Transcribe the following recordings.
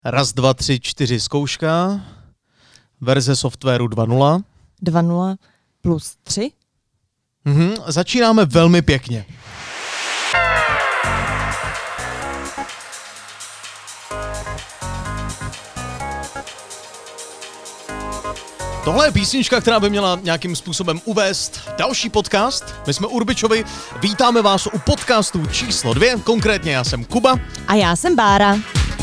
Raz, dva, tři, čtyři, zkouška. Verze softwaru 2.0. 2.0 plus 3. Začínáme velmi pěkně. Tohle je písnička, která by měla nějakým způsobem uvést další podcast. My jsme Urbičovi, vítáme vás u podcastu číslo 2, konkrétně já jsem Kuba. A já jsem Bára.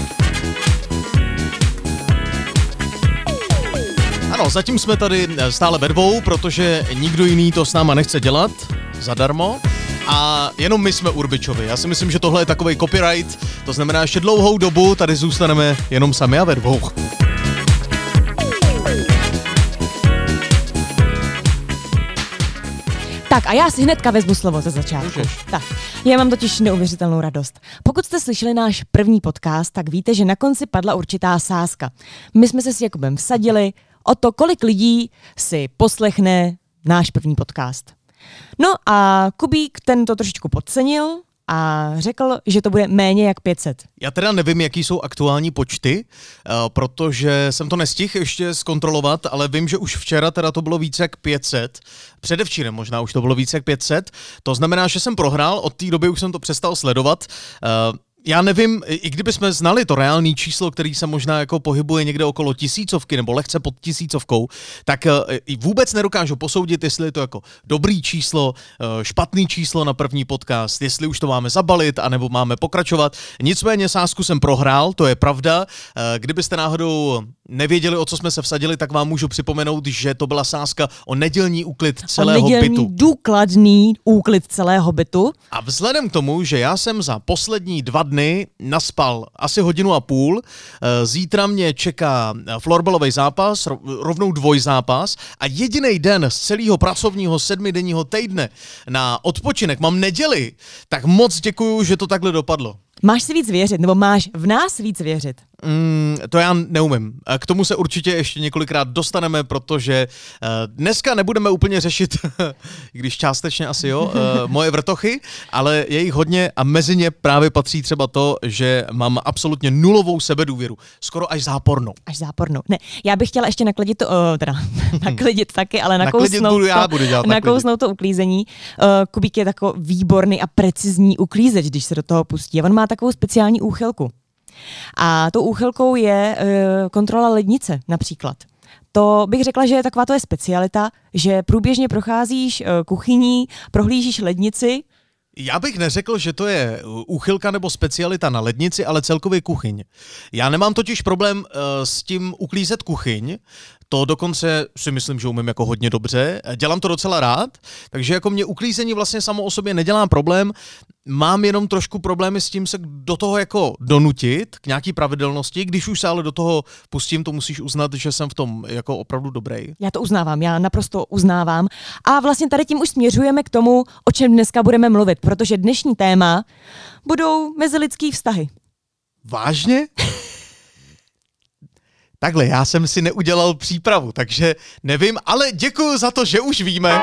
Ano, zatím jsme tady stále ve dvou, protože nikdo jiný to s náma nechce dělat zadarmo. A jenom my jsme Urbičovi. Já si myslím, že tohle je takovej copyright, to znamená, ještě dlouhou dobu tady zůstaneme jenom sami a ve dvou. Tak a já si hnedka vezmu slovo ze začátku. Můžeš. Tak, já mám totiž neuvěřitelnou radost. Pokud jste slyšeli náš první podcast, tak víte, že na konci padla určitá sázka. My jsme se s Jakubem vsadili o to, kolik lidí si poslechne náš první podcast. No a Kubík ten to trošičku podcenil a řekl, že to bude méně jak 500. Já teda nevím, jaký jsou aktuální počty, protože jsem to nestihl ještě zkontrolovat, ale vím, že už včera teda to bylo více jak 500. Předevčírem možná už to bylo více jak 500. To znamená, že jsem prohrál, od té doby už jsem to přestal sledovat. Já nevím, i kdybychom znali to reálné číslo, který se možná jako pohybuje někde okolo 1000 nebo lehce pod 1000, tak vůbec nedokážu posoudit, jestli je to jako dobrý číslo, špatný číslo na první podcast, jestli už to máme zabalit, anebo máme pokračovat. Nicméně sázku jsem prohrál, to je pravda. Kdybyste náhodou nevěděli, o co jsme se vsadili, tak vám můžu připomenout, že to byla sázka o nedělní úklid celého bytu. Důkladný úklid celého bytu. A vzhledem k tomu, že já jsem za poslední 2 dny naspal asi 1,5 hodiny, zítra mě čeká florbalový zápas, rovnou dvojzápas a jediný den z celého pracovního 7denního týdne na odpočinek mám neděli, tak moc děkuju, že to takhle dopadlo. Máš si víc věřit, nebo máš v nás víc věřit? To já neumím. K tomu se určitě ještě několikrát dostaneme, protože dneska nebudeme úplně řešit, když částečně asi jo, moje vrtochy, ale je jich hodně a mezi ně právě patří třeba to, že mám absolutně nulovou sebedůvěru. Skoro až zápornou. Až zápornou. Ne, já bych chtěla ještě naklidit to, naklidit taky, ale nakousnout to uklízení. Kubík je takový výborný a precizní uklízeč, když se do toho pustí. A on má takovou speciální úchylku. A tou úchylkou je kontrola lednice například. To bych řekla, že je taková to je specialita, že průběžně procházíš kuchyní, prohlížíš lednici. Já bych neřekl, že to je úchylka nebo specialita na lednici, ale celkově kuchyň. Já nemám totiž problém s tím uklízet kuchyň, to dokonce si myslím, že umím jako hodně dobře, dělám to docela rád, takže jako mě uklízení vlastně samo o sobě nedělá problém, mám jenom trošku problémy s tím se do toho jako donutit k nějaký pravidelnosti, když už se ale do toho pustím, to musíš uznat, že jsem v tom jako opravdu dobrý. Já to uznávám, já naprosto uznávám a vlastně tady tím už směřujeme k tomu, o čem dneska budeme mluvit, protože dnešní téma budou mezilidský vztahy. Vážně? Takhle, já jsem si neudělal přípravu, takže nevím, ale děkuju za to, že už víme.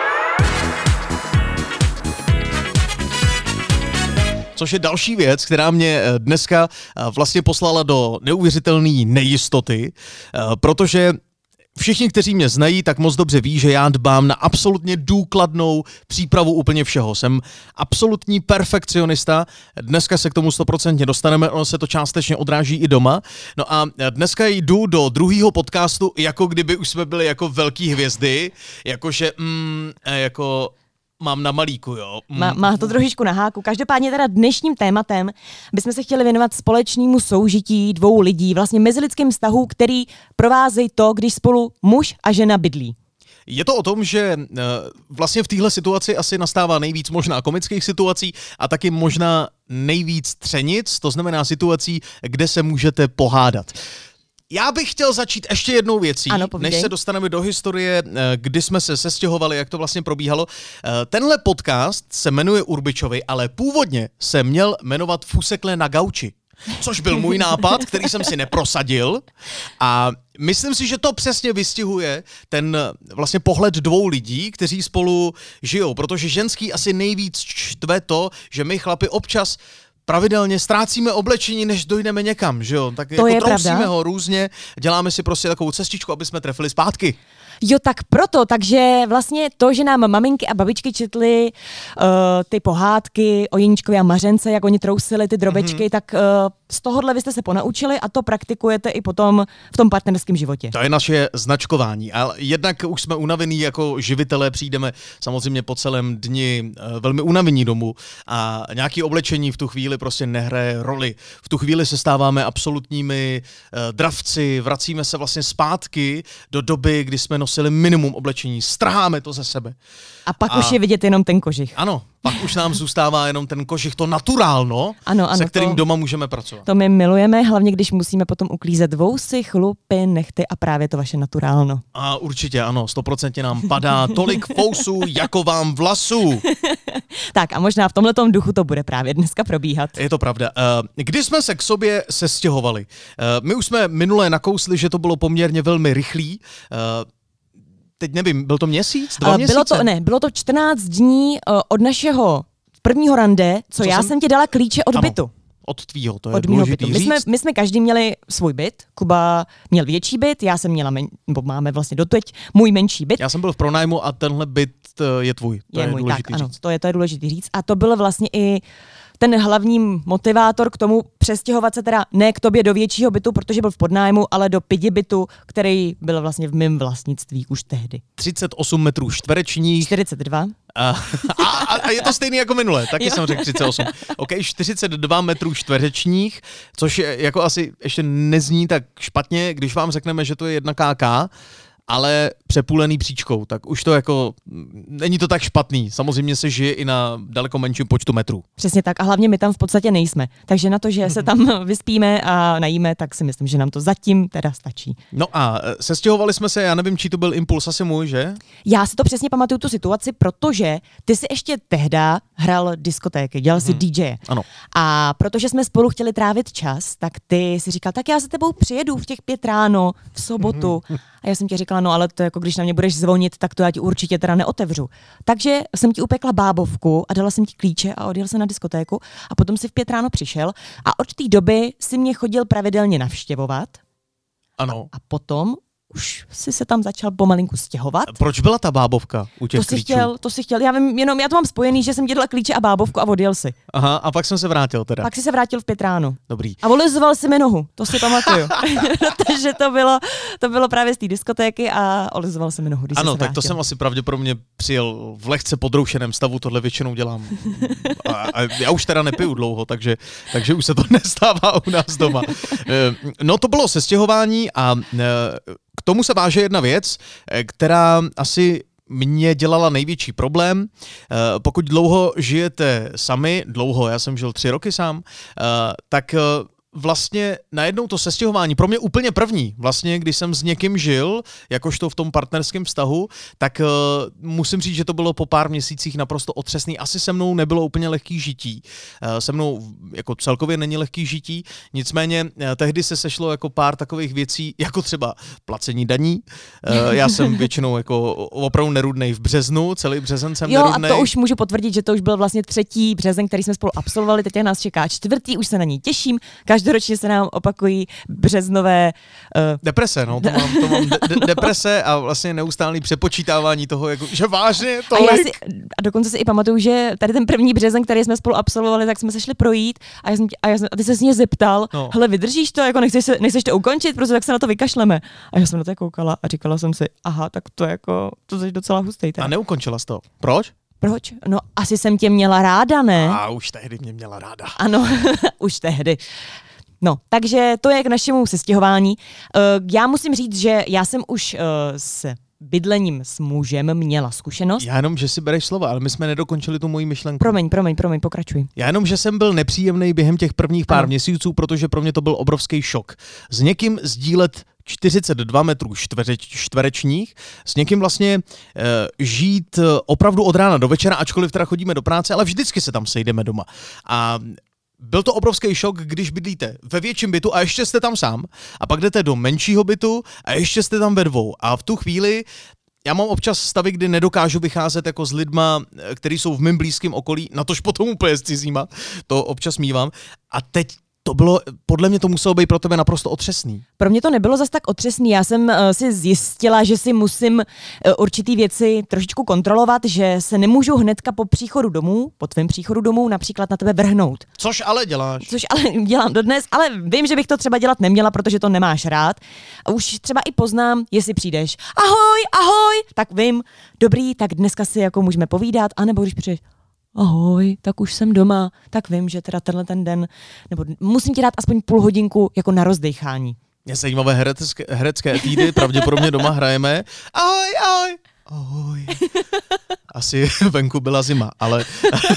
Což je další věc, která mě dneska vlastně poslala do neuvěřitelné nejistoty, protože všichni, kteří mě znají, tak moc dobře ví, že já dbám na absolutně důkladnou přípravu úplně všeho. Jsem absolutní perfekcionista, dneska se k tomu 100% dostaneme, ono se to částečně odráží i doma. No a dneska jdu do druhého podcastu, jako kdyby už jsme byli jako velký hvězdy, jakože jako mám na malíku, jo. Má to trošičku na háku. Každopádně teda dnešním tématem bychom se chtěli věnovat společnému soužití 2 lidí, vlastně mezilidským vztahu, který provázejí to, když spolu muž a žena bydlí. Je to o tom, že vlastně v téhle situaci asi nastává nejvíc možná komických situací a taky možná nejvíc třenic, to znamená situací, kde se můžete pohádat. Já bych chtěl začít ještě jednou věcí, než se dostaneme do historie, kdy jsme se sestěhovali, jak to vlastně probíhalo. Tenhle podcast se jmenuje Urbičovi, ale původně se měl jmenovat Fusekle na gauči, což byl můj nápad, který jsem si neprosadil a myslím si, že to přesně vystihuje ten vlastně pohled 2 lidí, kteří spolu žijou, protože ženský asi nejvíc štve to, že my chlapi občas pravidelně ztrácíme oblečení, než dojdeme někam, že jo? Tak to jako trousíme ho různě, děláme si prostě takovou cestičku, aby jsme trefili zpátky. Jo, tak proto, takže vlastně to, že nám maminky a babičky četly ty pohádky o Jeníčkovi a Mařence, jak oni trousili ty drobečky, tak z tohohle vy jste se ponaučili a to praktikujete i potom v tom partnerském životě. To je naše značkování, ale jednak už jsme unavení jako živitelé, přijdeme samozřejmě po celém dni velmi unavení domů a nějaké oblečení v tu chvíli prostě nehraje roli. V tu chvíli se stáváme absolutními dravci, vracíme se vlastně zpátky do doby, kdy jsme nosili minimum oblečení, strháme to ze sebe. A pak už je vidět jenom ten kožich. Ano, pak už nám zůstává jenom ten kožich, to naturálno, se kterým doma můžeme pracovat. To my milujeme, hlavně když musíme potom uklízet vousy, chlupy, nehty a právě to vaše naturálno. A určitě ano, 100% nám padá tolik fousů, jako vám vlasů. Tak a možná v tomhletom duchu to bude právě dneska probíhat. Je to pravda. Kdy jsme se k sobě sestěhovali? My už jsme minule nakousli, že to bylo poměrně velmi rychlý. Teď nevím, byl to měsíc? 2 měsíce? Bylo to 14 dní od našeho prvního rande, já jsem ti dala klíče od bytu. Od tvýho, to je důležitý říct. My jsme každý měli svůj byt, Kuba měl větší byt, já jsem měla, máme vlastně doteď můj menší byt. Já jsem byl v pronájmu a tenhle byt je tvůj, to je můj, důležitý tak, říct. Ano, to je důležitý říct a to byl vlastně i ten hlavní motivátor k tomu přestěhovat se teda ne k tobě do většího bytu, protože byl v podnájmu, ale do Pidi bytu, který byl vlastně v mém vlastnictví už tehdy. 38 metrů čtverečních. 42. A je to stejný jako minule, taky jsem řekl 38. OK, 42 metrů čtverečních, což je, jako asi ještě nezní tak špatně, když vám řekneme, že to je 1 kk, ale přepůlený příčkou, tak už to jako, není to tak špatný. Samozřejmě se žije i na daleko menším počtu metrů. Přesně tak a hlavně my tam v podstatě nejsme. Takže na to, že se tam vyspíme a najíme, tak si myslím, že nám to zatím teda stačí. No a sestěhovali jsme se, já nevím, čí to byl impuls, asi můj, že? Já si to přesně pamatuju tu situaci, protože ty si ještě tehda hrál diskotéky, dělal si DJ. Ano. A protože jsme spolu chtěli trávit čas, tak ty si říkal, tak já se tebou přijedu v těch 5 ráno, v sobotu. A já jsem ti říkala, no ale to jako když na mě budeš zvonit, tak to já ti určitě teda neotevřu. Takže jsem ti upekla bábovku a dala jsem ti klíče a odjel jsem na diskotéku a potom si v 5 ráno přišel a od té doby si mě chodil pravidelně navštěvovat. Ano. A potom už si se tam začal pomalinku stěhovat. Proč byla ta bábovka u těch klíčů? To si chtěl. Já vím, jenom já to mám spojený, že jsem ti dala klíče a bábovku a odjel si. Aha, a pak jsem se vrátil teda. Pak si se vrátil v 5 ráno. Dobrý. A olizoval si mi nohu, to si pamatuju. Protože to bylo právě z té diskotéky a olizoval si mi nohu, když ano, se tak to jsem asi pravděpodobně přijel v lehce podroušeném stavu, tohle většinou dělám. A já už teda nepiju dlouho, takže už se to nestává u nás doma. No to bylo sestěhování a k tomu se váže jedna věc, která asi mě dělala největší problém. Pokud dlouho žijete sami, já jsem žil 3 roky sám, tak vlastně najednou to sestěhování, pro mě úplně první, vlastně když jsem s někým žil, jakožto v tom partnerském vztahu, tak musím říct, že to bylo po pár měsících naprosto otřesný. Asi se mnou nebylo úplně lehký žití. Se mnou jako celkově není lehký žití, nicméně tehdy se sešlo jako pár takových věcí, jako třeba placení daní. Já jsem většinou jako opravdu nerudnej v březnu, celý březen jsem nerudnej. A to už můžu potvrdit, že to už byl vlastně 3. březen, který jsme spolu absolvovali, teď nás čeká 4., už se na něj těším. Každoročně se nám opakují březnové... Deprese, no, to mám deprese a vlastně neustálý přepočítávání toho, jako, že vážně tolik. A dokonce si i pamatuju, že tady ten 1. březen, který jsme spolu absolvovali, tak jsme se šli projít a ty se s mě zeptal, hele, vydržíš to, jako nechceš to ukončit, protože tak se na to vykašleme. A já jsem na to koukala a říkala jsem si, aha, tak to je docela hustý. A neukončila jsi to. Proč? Proč? No, asi jsem tě měla ráda, ne? A už tehdy mě měla ráda. Ano, už tehdy. No, takže to je k našemu sestěhování. Já musím říct, že já jsem už s bydlením s mužem měla zkušenost. Já jenom, že si bereš slova, ale my jsme nedokončili tu moji myšlenku. Promiň, pokračuj. Já jenom, že jsem byl nepříjemný během těch prvních pár měsíců, protože pro mě to byl obrovský šok. S někým sdílet 42 metrů čtverečních, s někým vlastně žít opravdu od rána do večera, ačkoliv teda chodíme do práce, ale vždycky se tam sejdeme doma. A byl to obrovský šok, když bydlíte ve větším bytu a ještě jste tam sám a pak jdete do menšího bytu a ještě jste tam ve 2. A v tu chvíli já mám občas stavy, kdy nedokážu vycházet jako s lidma, kteří jsou v mém blízkém okolí, natož potom úplně s cizíma, to občas mívám. A teď to bylo, podle mě to muselo být pro tebe naprosto otřesný. Pro mě to nebylo zas tak otřesný. Já jsem si zjistila, že si musím určitý věci trošičku kontrolovat, že se nemůžu hnedka po příchodu domů, po tvém příchodu domů, například na tebe vrhnout. Což ale děláš. Což ale dělám dodnes, ale vím, že bych to třeba dělat neměla, protože to nemáš rád. A už třeba i poznám, jestli přijdeš. Ahoj, tak vím, dobrý, tak dneska si jako můžeme povídat, anebo když přijdeš, ahoj, tak už jsem doma, tak vím, že teda tenhle ten den, nebo musím ti dát aspoň půl hodinku jako na rozdechání. Je zajímavé herecké etídy, pravděpodobně doma hrajeme. Ahoj. Asi venku byla zima, ale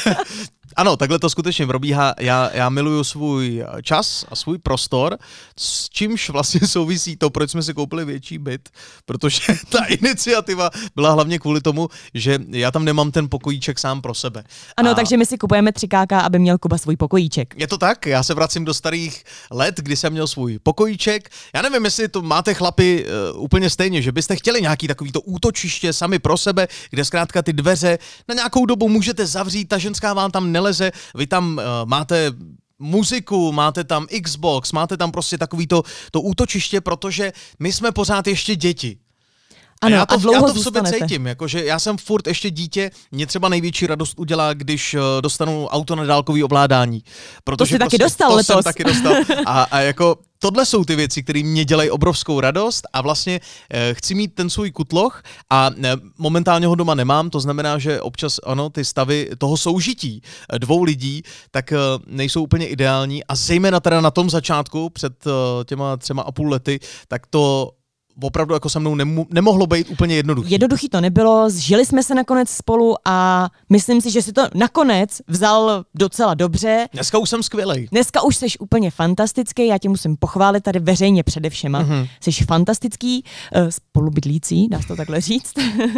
ano, takhle to skutečně probíhá. Já miluju svůj čas a svůj prostor, s čímž vlastně souvisí to, proč jsme si koupili větší byt, protože ta iniciativa byla hlavně kvůli tomu, že já tam nemám ten pokojíček sám pro sebe. Ano, takže my si kupujeme 3KK, aby měl Kuba svůj pokojíček. Je to tak? Já se vracím do starých let, kdy jsem měl svůj pokojíček. Já nevím, jestli to máte chlapi úplně stejně, že byste chtěli nějaký takovýto útočiště sami pro sebe, kde zkrátka ty dveře na nějakou dobu můžete zavřít, ta ženská vám tam neleze, vy tam máte muziku, máte tam Xbox, máte tam prostě takovýto to útočiště, protože my jsme pořád ještě děti. Ano, já to v sobě zůstanete. cítím, jakože já jsem furt ještě dítě, mě třeba největší radost udělá, když dostanu auto na dálkový ovládání. Protože to jsi taky dostal letos. To jsem taky dostal. A jako tohle jsou ty věci, které mě dělají obrovskou radost a vlastně chci mít ten svůj kutloch a momentálně ho doma nemám, to znamená, že občas ano, ty stavy toho soužití dvou lidí, tak nejsou úplně ideální a zejména teda na tom začátku, před těma 3,5 lety, tak to opravdu jako se mnou nemohlo být úplně jednoduché. Jednoduchý to nebylo, zžili jsme se nakonec spolu a myslím si, že si to nakonec vzal docela dobře. Dneska už jsem skvělej. Dneska už jsi úplně fantastický, já tě musím pochválit tady veřejně především. Jsi fantastický, spolubydlící, dá se to takhle říct.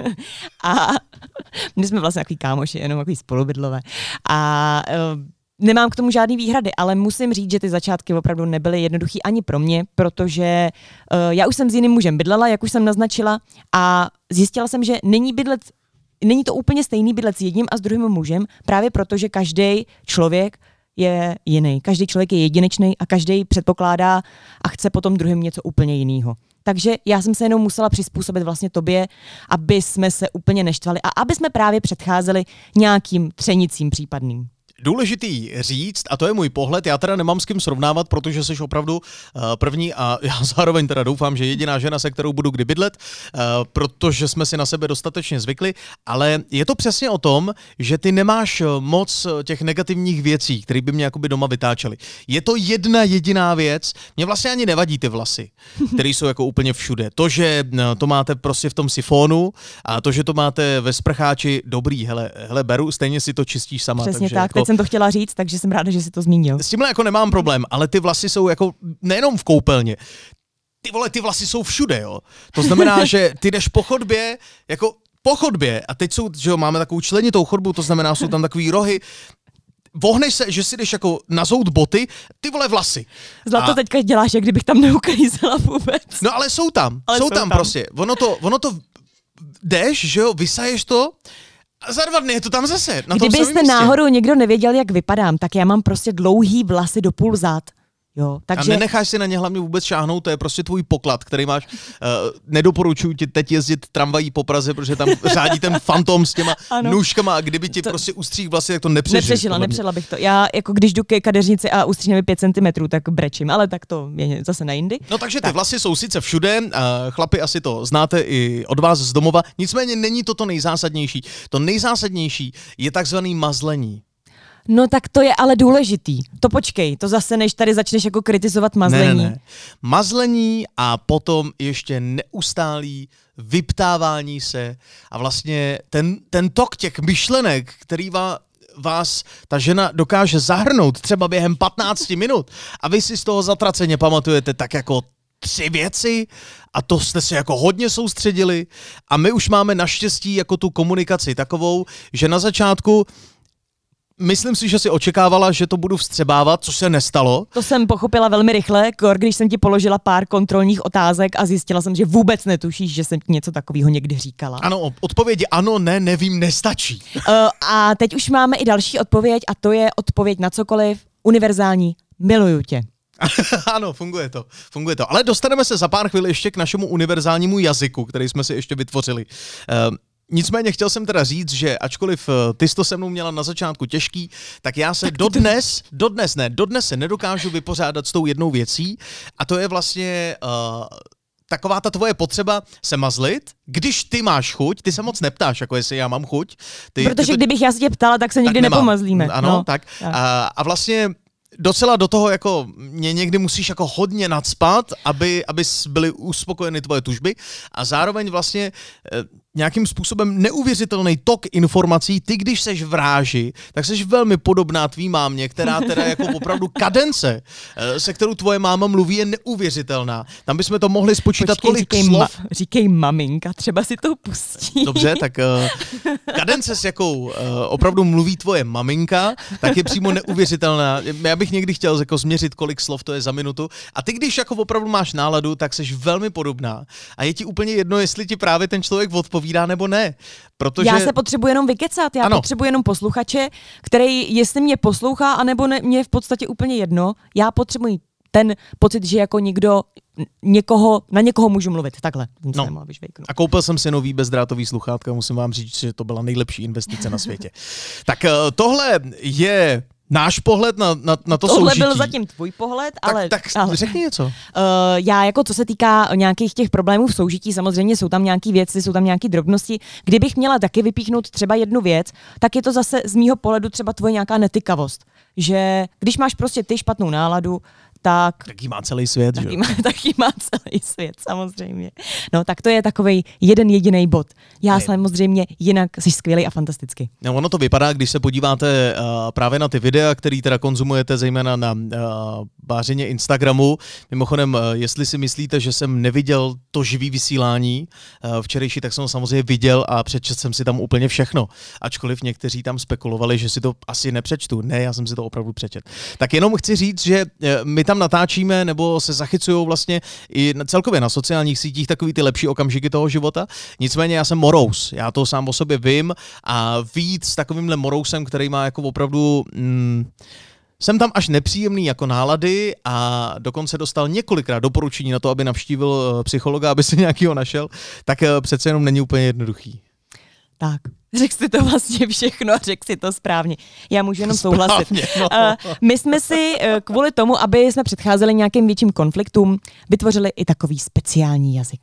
A my jsme vlastně takový kámoši, jenom takový spolubydlové. A nemám k tomu žádný výhrady, ale musím říct, že ty začátky opravdu nebyly jednoduchý ani pro mě, protože já už jsem s jiným mužem bydlela, jak už jsem naznačila, a zjistila jsem, že není to úplně stejný bydlet s jedním a s druhým mužem, právě proto, že každý člověk je jiný. Každý člověk je jedinečný a každý předpokládá a chce potom druhým něco úplně jiného. Takže já jsem se jenom musela přizpůsobit vlastně tobě, aby jsme se úplně neštvali a aby jsme právě předcházeli nějakým třenicím případným. Důležitý říct, a to je můj pohled, já teda nemám s kým srovnávat, protože jsi opravdu první a já zároveň teda doufám, že jediná žena, se kterou budu kdy bydlet, protože jsme si na sebe dostatečně zvykli, ale je to přesně o tom, že ty nemáš moc těch negativních věcí, které by mě jakoby doma vytáčely. Je to jedna jediná věc, mě vlastně ani nevadí ty vlasy, které jsou jako úplně všude. To, že to máte prostě v tom sifonu a to, že to máte ve sprcháči, dobrý, hele beru, stejně si to čistíš sama. Přesně takže tak, jako teď jsem to chtěla říct, takže jsem ráda, že jsi to zmínil. S tímhle jako nemám problém, ale ty vlasy jsou jako nejenom v koupelně. Ty vlasy jsou všude, jo. To znamená, že ty jdeš po chodbě, a teď jsou, že jo, máme takovou členitou chodbu, to znamená, jsou tam takový rohy. Vohneš se, že si jdeš jako nazout boty, ty vole vlasy. Zlato teďka děláš, jak kdybych tam neuklízela vůbec. No ale jsou tam prostě. Ono to jdeš, že jo, vysaješ to, a za 2 dny je to tam zase. Kdybyste náhodou někdo nevěděl, jak vypadám, tak já mám prostě dlouhý vlasy do půl zad. Jo, takže... A nenecháš si na ně hlavně vůbec šáhnout, to je prostě tvůj poklad, který máš. Nedoporučuji ti teď jezdit tramvají po Praze, protože tam řádí ten fantom s těma nůžkama a kdyby ti prostě ustříh vlasy, tak to nepřežila bych to. Já jako když jdu ke kadeřnici a ustříhne mi 5 cm, tak brečím, ale tak to je zase na jindy. No takže ty vlasy jsou sice všude, chlapi asi to znáte i od vás z domova, nicméně není to nejzásadnější. To nejzásadnější je takzvaný mazlení. No tak to je ale důležitý. To počkej, to zase než tady začneš jako kritizovat mazlení. Ne. Mazlení a potom ještě neustálý vyptávání se a vlastně ten tok těch myšlenek, který vás ta žena dokáže zahrnout třeba během 15 minut a vy si z toho zatraceně pamatujete tak jako 3 věci a to jste se jako hodně soustředili a my už máme naštěstí jako tu komunikaci takovou, že na začátku myslím si, že si očekávala, že to budu vstřebávat, což se nestalo. To jsem pochopila velmi rychle, když jsem ti položila pár kontrolních otázek a zjistila jsem, že vůbec netušíš, že jsem ti něco takového někdy říkala. Ano, odpovědi ano, ne, nevím, nestačí. A teď už máme i další odpověď a to je odpověď na cokoliv, univerzální, miluju tě. Ano, funguje to. Ale dostaneme se za pár chvil ještě k našemu univerzálnímu jazyku, který jsme si ještě vytvořili. Nicméně chtěl jsem teda říct, že ačkoliv ty jsi to se mnou měla na začátku těžký, tak já se dodnes se nedokážu vypořádat s tou jednou věcí a to je vlastně taková ta tvoje potřeba se mazlit, když ty máš chuť, ty se moc neptáš, jako jestli já mám chuť. Protože kdybych já se tě ptala, tak se nikdy nepomazlíme. Ano, no, tak. A vlastně docela do toho jako mě někdy musíš jako hodně nacpat, aby byly uspokojeny tvoje tužby a zároveň vlastně nějakým způsobem neuvěřitelný tok informací. Ty, když seš v ráži, tak seš velmi podobná tvý mámě, která teda jako opravdu kadence, se kterou tvoje máma mluví, je neuvěřitelná. Tam bychom to mohli spočítat, kolik slov. Říkej maminka, třeba si to pustí. Dobře, tak kadence, s jakou opravdu mluví tvoje maminka, tak je přímo neuvěřitelná. Já bych někdy chtěl jako změřit, kolik slov to je za minutu. A ty, když jako opravdu máš náladu, tak seš velmi podobná. A je ti úplně jedno, jestli ti právě ten člověk odpovídá nebo ne. Protože... Já se potřebuji jenom vykecat, potřebuji jenom posluchače, který, jestli mě poslouchá, anebo ne, mě je v podstatě úplně jedno. Já potřebuji ten pocit, že jako na někoho můžu mluvit. Takhle. No. A koupil jsem si nový bezdrátový sluchátka, musím vám říct, že to byla nejlepší investice na světě. Tak tohle je náš pohled na to soužití. Tohle byl zatím tvůj pohled, ale řekni něco. Já jako co se týká nějakých těch problémů v soužití, samozřejmě jsou tam nějaký věci, jsou tam nějaký drobnosti. Kdybych měla taky vypíchnout třeba jednu věc, tak je to zase z mýho pohledu třeba tvoje nějaká netykavost. Že když máš prostě ty špatnou náladu, tak... Taky má celý svět, že? Taky má celý svět, samozřejmě. No, tak to je takovej jeden jediný bod. Já samozřejmě jinak jsi skvělý a fantastický. No, ono to vypadá, když se podíváte právě na ty videa, které teda konzumujete zejména na bářině Instagramu. Mimochodem, jestli si myslíte, že jsem neviděl to živý vysílání včerejší, tak jsem ho samozřejmě viděl a přečetl jsem si tam úplně všechno. Ačkoliv někteří tam spekulovali, že si to asi nepřečtu. Ne, já jsem si to opravdu přečet. Tak jenom chci říct, že my tam natáčíme nebo se zachycují vlastně i celkově na sociálních sítích takový ty lepší okamžiky toho života. Nicméně já jsem morous, já to sám o sobě vím a víc s takovýmhle morousem, který má jako opravdu... Jsem tam až nepříjemný jako nálady a dokonce dostal několikrát doporučení na to, aby navštívil psychologa, aby si nějakýho našel, tak přece jenom není úplně jednoduchý. Tak, řekl si to vlastně všechno a řekl si to správně. Já můžu jenom souhlasit. No. My jsme si kvůli tomu, aby jsme předcházeli nějakým větším konfliktům, vytvořili i takový speciální jazyk.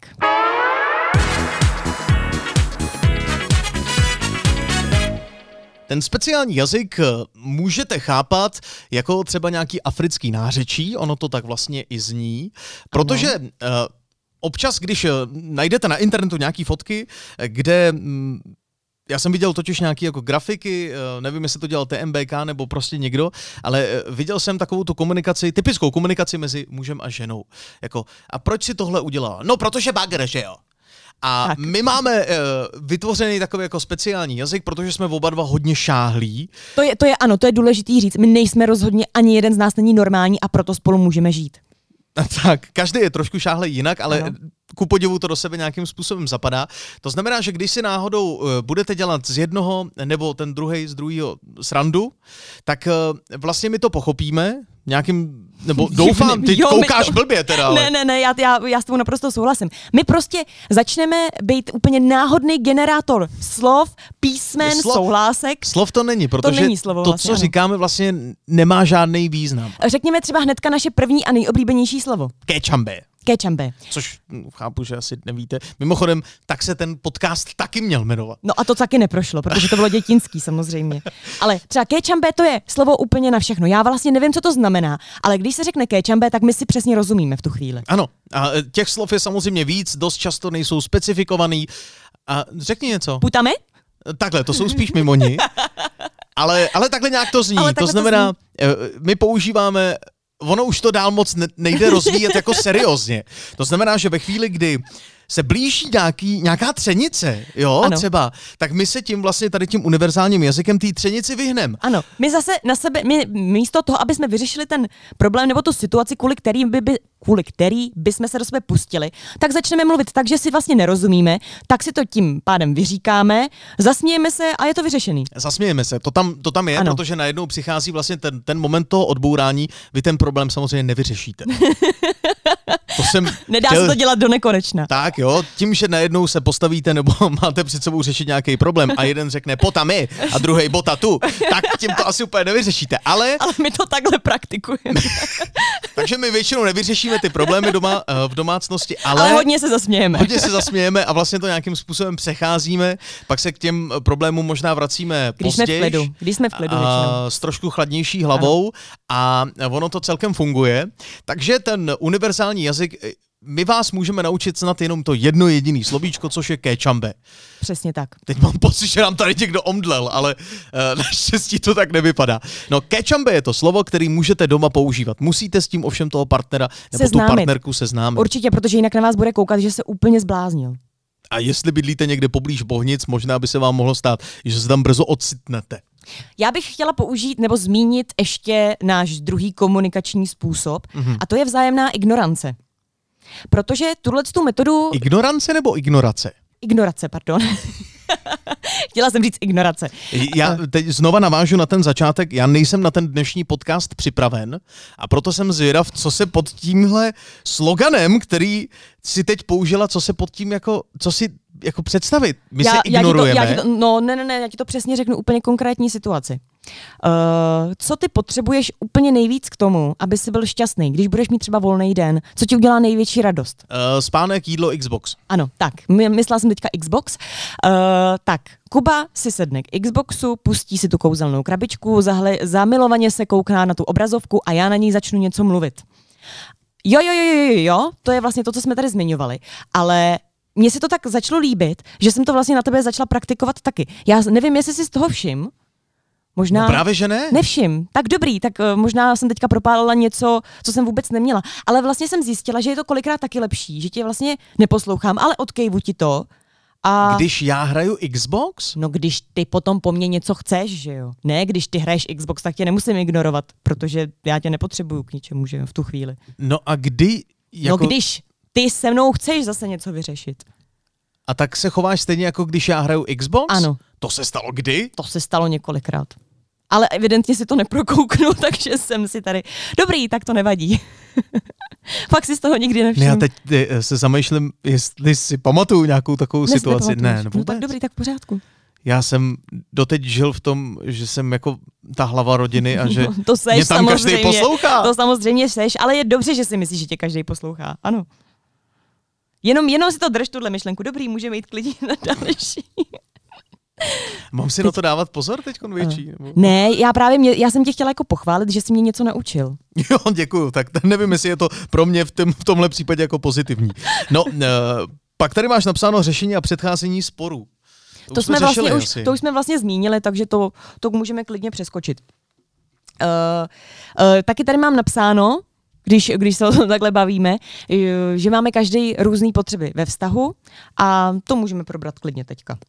Ten speciální jazyk můžete chápat jako třeba nějaký africký nářečí, ono to tak vlastně i zní, protože občas, když najdete na internetu nějaký fotky, kde... Já jsem viděl totiž nějaký jako grafiky, nevím, jestli to dělal TMBK nebo prostě někdo, ale viděl jsem takovou tu komunikaci, typickou komunikaci mezi mužem a ženou. Jako, a proč si tohle udělala? No, protože bagr, že jo? A tak. My máme vytvořený takový jako speciální jazyk, protože jsme oba dva hodně šáhlí. To je důležitý říct. My nejsme rozhodně, ani jeden z nás není normální a proto spolu můžeme žít. Tak, každý je trošku šáhlej jinak, ale ku podivu to do sebe nějakým způsobem zapadá. To znamená, že když si náhodou budete dělat z jednoho nebo ten druhej z druhého srandu, tak vlastně my to pochopíme nějakým, nebo doufám, ty koukáš blbě teda. Ale... Ne, já s tebou naprosto souhlasím. My prostě začneme být úplně náhodný generátor slov, písmen, souhlásek. Slov to není, protože to, není slovo, vlastně, co říkáme, vlastně nemá žádný význam. Řekněme třeba hnedka naše první a nejoblíbenější slovo. Kéčambé. Což chápu, že asi nevíte. Mimochodem, tak se ten podcast taky měl jmenovat. No a to taky neprošlo, protože to bylo dětinský samozřejmě. Ale třeba kéčambé to je slovo úplně na všechno. Já vlastně nevím, co to znamená, ale když se řekne kéčambé, tak my si přesně rozumíme v tu chvíli. Ano, a těch slov je samozřejmě víc, dost často nejsou specifikovaný. A řekni něco. Putame? Takhle, to jsou spíš mimoni. Ale takhle nějak to zní. To znamená, my používáme... Ono už to dál moc nejde rozvíjet jako seriózně. To znamená, že ve chvíli, kdy se blíží nějaká třenice, jo, ano. třeba, tak my se tím vlastně tady tím univerzálním jazykem té třenici vyhneme. Ano, my zase na sebe, my místo toho, aby jsme vyřešili ten problém nebo tu situaci, kvůli který by jsme se do sebe pustili, tak začneme mluvit tak, že si vlastně nerozumíme, tak si to tím pádem vyříkáme, zasmějeme se a je to vyřešený. Zasmějeme se, to tam je, ano. Protože najednou přichází vlastně ten moment toho odbourání, vy ten problém samozřejmě nevyřešíte. Nedá se to dělat do nekonečna. Tak jo, tím, že najednou se postavíte nebo máte před sebou řešit nějaký problém a jeden řekne pota my a druhej bota tu, tak tím to asi úplně nevyřešíte, ale my to takhle praktikujeme. Takže my většinou nevyřešíme ty problémy v domácnosti, ale hodně se zasmějeme. Hodně se zasmějeme a vlastně to nějakým způsobem přecházíme, pak se k těm problémům možná vracíme později. Když jsme v klidu s trošku chladnější hlavou a ono to celkem funguje. Takže ten univerzální jazyk, my vás můžeme naučit snad jenom to jedno jediné slovíčko, což je kéčambe. Přesně tak. Teď mám pocit, že nám tady někdo omdlel, ale naštěstí to tak nevypadá. No, kéčambe je to slovo, který můžete doma používat. Musíte s tím ovšem toho partnera nebo tu partnerku seznámit. Určitě, protože jinak na vás bude koukat, že se úplně zbláznil. A jestli bydlíte někde poblíž Bohnic, možná by se vám mohlo stát, že se tam brzo ocitnete. Já bych chtěla použít nebo zmínit ještě náš druhý komunikační způsob, a to je vzájemná ignorance. Protože tuhletu metodu... Ignorance nebo ignorace? Ignorace, pardon. Chtěla jsem říct ignorace. Já teď znova navážu na ten začátek, já nejsem na ten dnešní podcast připraven a proto jsem zvědav, co se pod tímhle sloganem, který si teď použila, co se pod tím co si představit. My se ignorujeme. Já ti to přesně řeknu úplně konkrétní situaci. Co ty potřebuješ úplně nejvíc k tomu, aby jsi byl šťastný, když budeš mít třeba volný den? Co ti udělá největší radost? Spánek, jídlo, Xbox. Ano, tak. Myslela jsem teďka Xbox. Tak, Kuba si sedne k Xboxu, pustí si tu kouzelnou krabičku, zamilovaně se koukná na tu obrazovku a já na ní začnu něco mluvit. Jo, to je vlastně to, co jsme tady zmiňovali. Ale mně se to tak začalo líbit, že jsem to vlastně na tebe začala praktikovat taky. Já nevím, jestli jsi z toho všim. Možná... No právě, že ne. Nevšim. Tak dobrý, tak možná jsem teďka propálila něco, co jsem vůbec neměla. Ale vlastně jsem zjistila, že je to kolikrát taky lepší, že tě vlastně neposlouchám, ale odkejvu ti to. A... Když já hraju Xbox? No když ty potom po mně něco chceš, že jo. Ne, když ty hraješ Xbox, tak tě nemusím ignorovat, protože já tě nepotřebuju k ničemu, že jo, v tu chvíli. No a kdy... No když ty se mnou chceš zase něco vyřešit. A tak se chováš stejně, jako když já hraju Xbox? Ano. To se stalo kdy? To se stalo několikrát. Ale evidentně si to neprokouknu, takže jsem si tady... Dobrý, tak to nevadí. Fakt si z toho nikdy nevšiml. Já teď se zamýšlím, jestli si pamatuju nějakou takovou situaci. Ne, no tak dobrý, tak v pořádku. Já jsem doteď žil v tom, že jsem jako ta hlava rodiny a že to seš, mě tam každý poslouchá. To samozřejmě seš, ale je dobře, že si myslíš, že tě každý poslouchá. Ano. Jenom si to drž, tuhle myšlenku. Dobrý, můžeme jít klidně na další. Mám si na to dávat pozor teďkon větší? Nebo? Ne, já jsem tě chtěla jako pochválit, že jsi mě něco naučil. Jo, děkuju, tak nevím, jestli je to pro mě v tomhle případě jako pozitivní. No, pak tady máš napsáno řešení a předcházení sporů. To už jsme vlastně zmínili, takže to můžeme klidně přeskočit. Taky tady mám napsáno, když se o tom takhle bavíme, že máme každý různý potřeby ve vztahu a to můžeme probrat klidně teďka.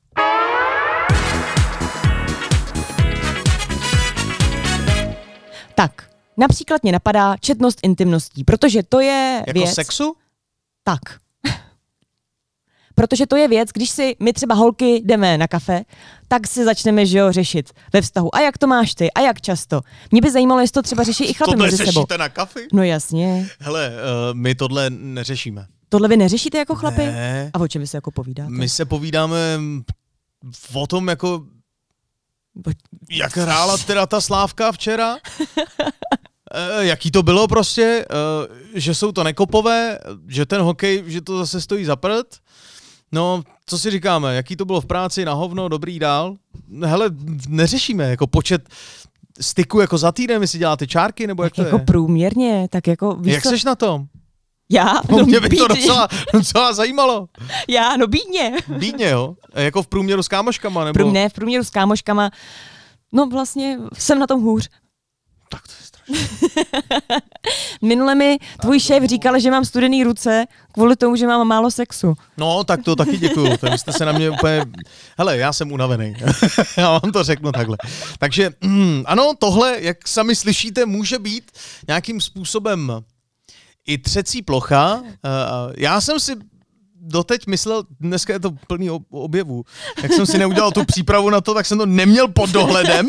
Tak, například mě napadá četnost intimností, protože to je jako věc... sexu? Tak. Protože to je věc, když si my třeba holky jdeme na kafe, tak si začneme, že jo, řešit ve vztahu. A jak to máš ty? A jak často? Mě by zajímalo, jestli to třeba řeší i chlapi mezi sebou. Tohle řešíte na kafe? No jasně. Hele, my tohle neřešíme. Tohle vy neřešíte jako chlapi? Ne. A o čem vy se jako povídáte? My se povídáme o tom, jako jak hrála teda ta Slávka včera. Jaký to bylo prostě, že jsou to nekopové, že ten hokej, že to zase stojí za prd. No, co si říkáme, jaký to bylo v práci, na hovno, dobrý dál. Hele, neřešíme jako počet styků jako za týden, vy si děláte čárky, nebo jak to jako je? Průměrně, tak jako... Víš jak co? seš na tom? Já? No, mě by to docela zajímalo. Já, no bídně. Bídně, jo? Jako v průměru s kámoškama, nebo? Ne, v průměru s kámoškama. No vlastně jsem na tom hůř. Tak to je strašné. Minule mi tvůj šéf říkal, že mám studený ruce kvůli tomu, že mám málo sexu. No, tak to taky děkuju. To jste se na mě úplně... Hele, já jsem unavený. Já vám to řeknu takhle. Takže ano, tohle, jak sami slyšíte, může být nějakým způsobem i třecí plocha. Já jsem si doteď myslel, dneska je to plný objevů, jak jsem si neudělal tu přípravu na to, tak jsem to neměl pod dohledem.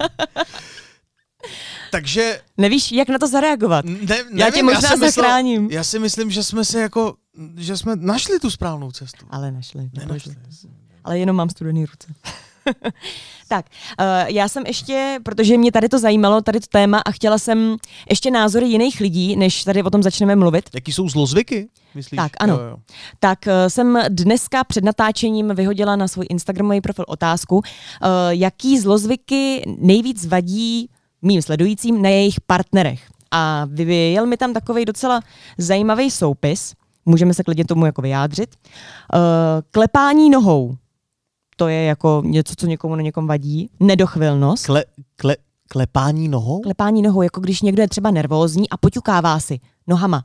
Takže... Nevíš, jak na to zareagovat. Já tě možná zachráním. Já si myslím, že jsme našli tu správnou cestu. Ale našli. Ale jenom mám studený ruce. Tak, já jsem ještě, protože mě tady to zajímalo, tady to téma a chtěla jsem ještě názory jiných lidí, než tady o tom začneme mluvit. Jaký jsou zlozvyky, myslíš? Tak, ano. Jo. Tak jsem dneska před natáčením vyhodila na svůj Instagramový profil otázku, jaký zlozvyky nejvíc vadí mým sledujícím na jejich partnerech. A vyjel mi tam takovej docela zajímavý soupis, můžeme se klidně tomu jako vyjádřit. Klepání nohou. To je jako něco, co někomu na někom vadí. Nedochvilnost. Klepání nohou? Klepání nohou, jako když někdo je třeba nervózní a poťukává si nohama.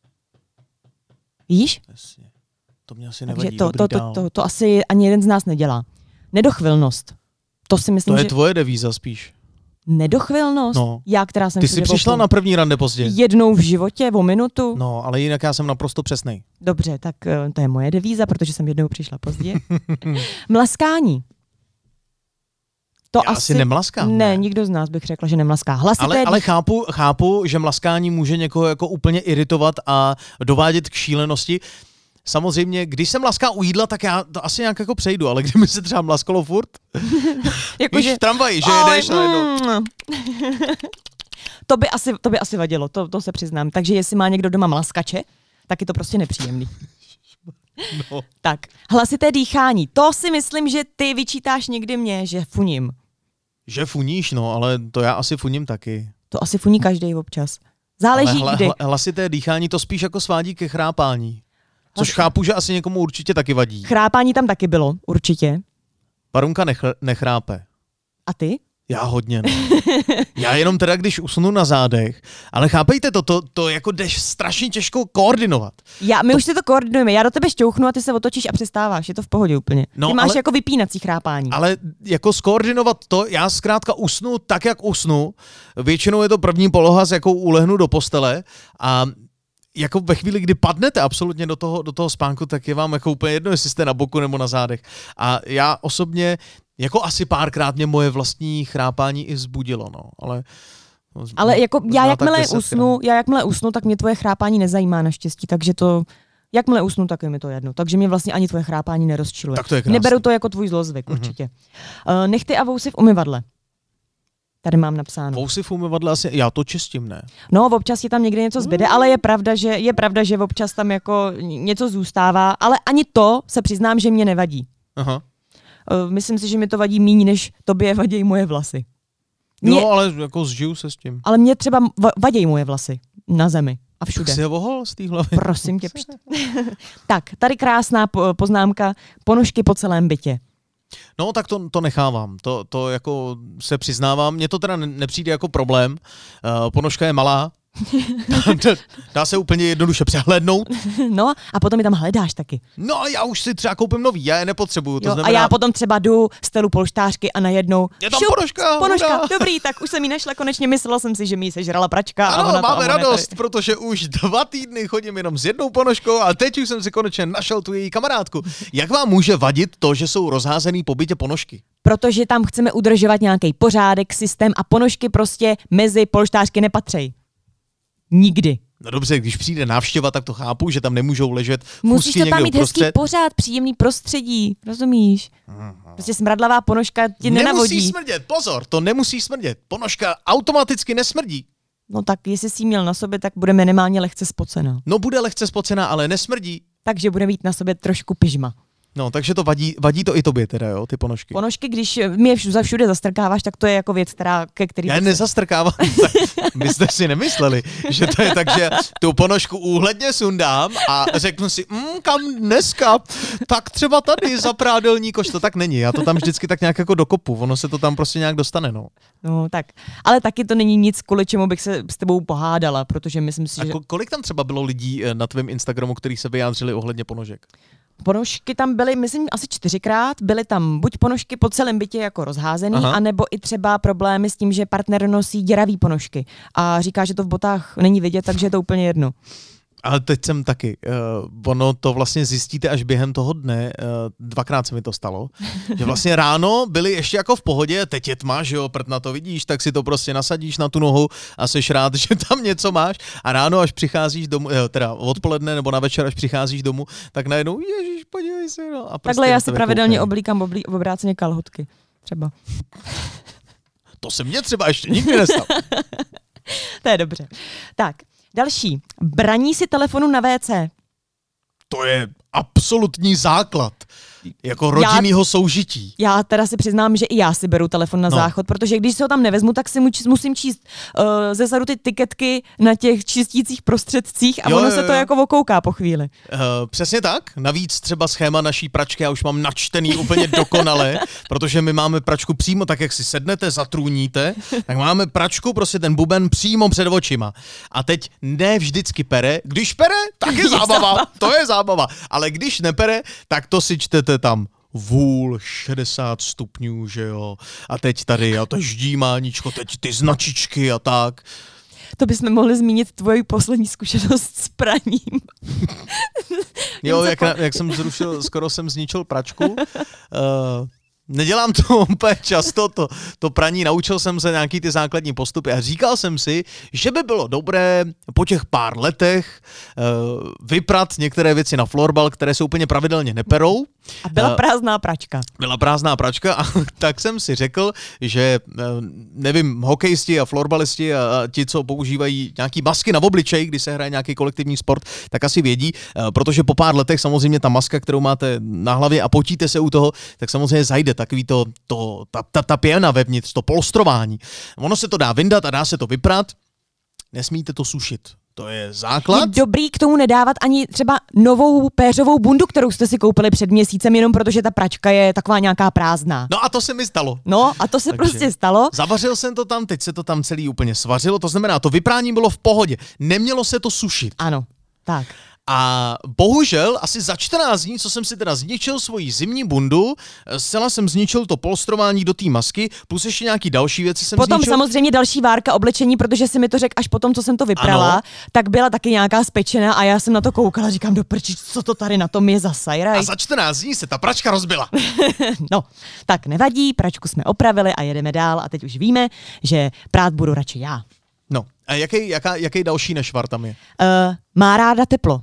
Víš? Jasně. To mě asi nevadí. To asi ani jeden z nás nedělá. Nedochvilnost. To si myslím, to je tvoje devíza spíš. Nedochvilnost? No. Já, která jsem... Ty jsi přišla na první rande pozdě. Jednou v životě, o minutu. No, ale jinak já jsem naprosto přesnej. Dobře, tak to je moje devíza, protože jsem jednou přišla pozdě. Mlaskání. To já asi nemlaskám. Ne, nikdo z nás bych řekla, že nemlaská. Ale chápu, že mlaskání může někoho jako úplně iritovat a dovádět k šílenosti. Samozřejmě, když jsem mlaská u jídla, tak já to asi nějak jako přejdu, ale kdyby se třeba mlaskalo furt, jako víš, v tramvaji, že jedeš najednou. To by asi vadilo, to se přiznám. Takže jestli má někdo doma mlaskače, tak je to prostě nepříjemný. No. Tak, hlasité dýchání. To si myslím, že ty vyčítáš někdy mě, že funím. Že funíš, no, ale to já asi funím taky. To asi funí každý občas. Záleží kdy. Hlasité dýchání to spíš jako svádí ke chrápání. Což chápu, že asi někomu určitě taky vadí. Chrápání tam taky bylo, určitě. Parunka nechrápe. A ty? Já hodně, no. Já jenom teda, když usnu na zádech, ale chápejte to jako jdeš strašně těžko koordinovat. My už si to koordinujeme, já do tebe šťouchnu a ty se otočíš a přestáváš, je to v pohodě úplně. No, ty máš jako vypínací chrápání. Ale jako skoordinovat to, já zkrátka usnu tak, jak usnu, většinou je to první poloha, s jakou ulehnu do postele a jako ve chvíli, kdy padnete absolutně do toho spánku, tak je vám jako úplně jedno, jestli jste na boku nebo na zádech. A já osobně, jako asi párkrát mě moje vlastní chrápání i vzbudilo, no, ale jako já jakmile usnu, tak mě tvoje chrápání nezajímá naštěstí, takže to, jakmile usnu, tak je mi to jedno. Takže mě vlastně ani tvoje chrápání nerozčiluje. Tak to je krásný. Neberu to jako tvůj zlozvyk, určitě. Nechty a vousy v umyvadle. Tady mám napsáno. Vousy v umyvadle asi, já to čistím, ne? No, občas ti tam někde něco zbyde, ale je pravda, že občas tam jako něco zůstává, ale ani to se přiznám, že mě nevadí. Aha. Myslím si, že mi to vadí míň, než tobě vadí moje vlasy. No, ale jako zžiju se s tím. Ale mě třeba vadí moje vlasy na zemi a všude. Tak si je vohol z té hlavy. Prosím tě. Tak, tady krásná poznámka, ponožky po celém bytě. No, tak to nechávám. To jako se přiznávám. Mně to teda nepřijde jako problém. Ponožka je malá. Dá se úplně jednoduše přehlédnout. No a potom je tam hledáš taky. No ale já už si třeba koupím nový, já je nepotřebuju. To znamená... A já potom třeba jdu, stelu polštářky a najednou je tam ponožka. Dobrý, tak už jsem ji našla konečně, myslela jsem si, že mi ji sežrala pračka. Ano, máme radost, protože už 2 týdny chodím jenom s jednou ponožkou a teď už jsem si konečně našel tu její kamarádku. Jak vám může vadit to, že jsou rozházený po bytě ponožky? Protože tam chceme udržovat nějaký pořádek, systém a ponožky prostě mezi polštářky nepatří. Nikdy. No dobře, když přijde návštěva, tak to chápu, že tam nemůžou ležet fusky. Musíš to tam mít hezký pořád, příjemný prostředí, rozumíš? Prostě smradlavá ponožka ti nenavodí. Nemusí smrdět, pozor, to nemusí smrdět. Ponožka automaticky nesmrdí. No tak jestli jsi měl na sobě, tak bude minimálně lehce spocená. No bude lehce spocená, ale nesmrdí. Takže bude mít na sobě trošku pyžma. No, takže to vadí to i tobě teda, jo, ty ponožky. Ponožky, když mi je všude zastrkáváš, tak to je jako věc, ke který... Já nezastrkávám, my jste si nemysleli, že to je tak, že tu ponožku úhledně sundám a řeknu si, kam dneska, tak třeba tady za prádelní koš, to tak není, já to tam vždycky tak nějak jako dokopu, ono se to tam prostě nějak dostane, no. No tak, ale taky to není nic, kvůli čemu bych se s tebou pohádala, protože myslím si, že... Kolik tam třeba bylo lidí na tvém Instagramu, kteří se vyjádřili ohledně ponožek? Ponožky tam byly, myslím, asi 4krát. Byly tam buď ponožky po celém bytě jako rozházený, anebo i třeba problémy s tím, že partner nosí děravý ponožky a říká, že to v botách není vidět, takže je to úplně jedno. Ale teď jsem taky. Ono to vlastně zjistíte až během toho dne. 2krát se mi to stalo. Že vlastně ráno byli ještě jako v pohodě, teď je tma, že jo, prd na to vidíš, tak si to prostě nasadíš na tu nohu a seš rád, že tam něco máš. A ráno, až přicházíš domů, teda odpoledne nebo na večer, až přicházíš domů, tak najednou, ježiš, podívej se. No. A prostě takhle já si pravidelně oblíkám obráceně kalhotky. Třeba. To se mně třeba ještě nikdy nestalo. To je dobře. Tak. Další. Braní si telefonu na WC. To je absolutní základ jako rodinného soužití. Já teda si přiznám, že i já si beru telefon na záchod, protože když se ho tam nevezmu, tak si musím číst ze zadu ty tiketky na těch čistících prostředcích a ono se to jako okouká po chvíli. Přesně tak. Navíc třeba schéma naší pračky já už mám načtený úplně dokonale, protože my máme pračku přímo tak, jak si sednete, zatrůníte, tak máme pračku, prostě ten buben přímo před očima. A teď ne vždycky pere. Když pere, tak je zábava. To je zábava. Ale když nepere, tak to si čtete tam vůl 60 stupňů, že jo. A teď tady a to ždímáníčko, teď ty značičky a tak. To bychom mohli zmínit tvoji poslední zkušenost s praním. Jo, jak jsem zrušil, skoro jsem zničil pračku. Nedělám to úplně často, to praní, naučil jsem se nějaký ty základní postupy a říkal jsem si, že by bylo dobré po těch pár letech vyprat některé věci na florbal, které se úplně pravidelně neperou. A byla prázdná pračka. Byla prázdná pračka a tak jsem si řekl, že nevím, hokejisti a florbalisti a ti, co používají nějaký masky na obličej, když se hraje nějaký kolektivní sport, tak asi vědí, protože po pár letech samozřejmě ta maska, kterou máte na hlavě a potíte se u toho, tak samozřejmě zajde takový ta pěna vevnitř, to polstrování. Ono se to dá vyndat a dá se to vyprat, nesmíte to sušit. To je základ. Je dobrý k tomu nedávat ani třeba novou péřovou bundu, kterou jste si koupili před měsícem, jenom protože ta pračka je taková nějaká prázdná. No a to se mi stalo. No a to se prostě stalo. Zavařil jsem to tam, teď se to tam celý úplně svařilo, to znamená, to vyprání bylo v pohodě. Nemělo se to sušit. Ano, tak. A bohužel asi za 14 dní, co jsem si teda zničil svoji zimní bundu, zcela jsem zničil to polstrování do té masky, plus ještě nějaký další věci jsem potom zničil. Samozřejmě další várka oblečení, protože si mi to řekl až potom, co jsem to vyprala, tak byla taky nějaká spečená a já jsem na to koukala, říkám, do prči, co to tady na tom je za sajraj. A za 14 dní se ta pračka rozbila. No, tak nevadí, pračku jsme opravili a jedeme dál a teď už víme, že prát budu radši já. No, a jaký další nešvar tam je? Má ráda teplo.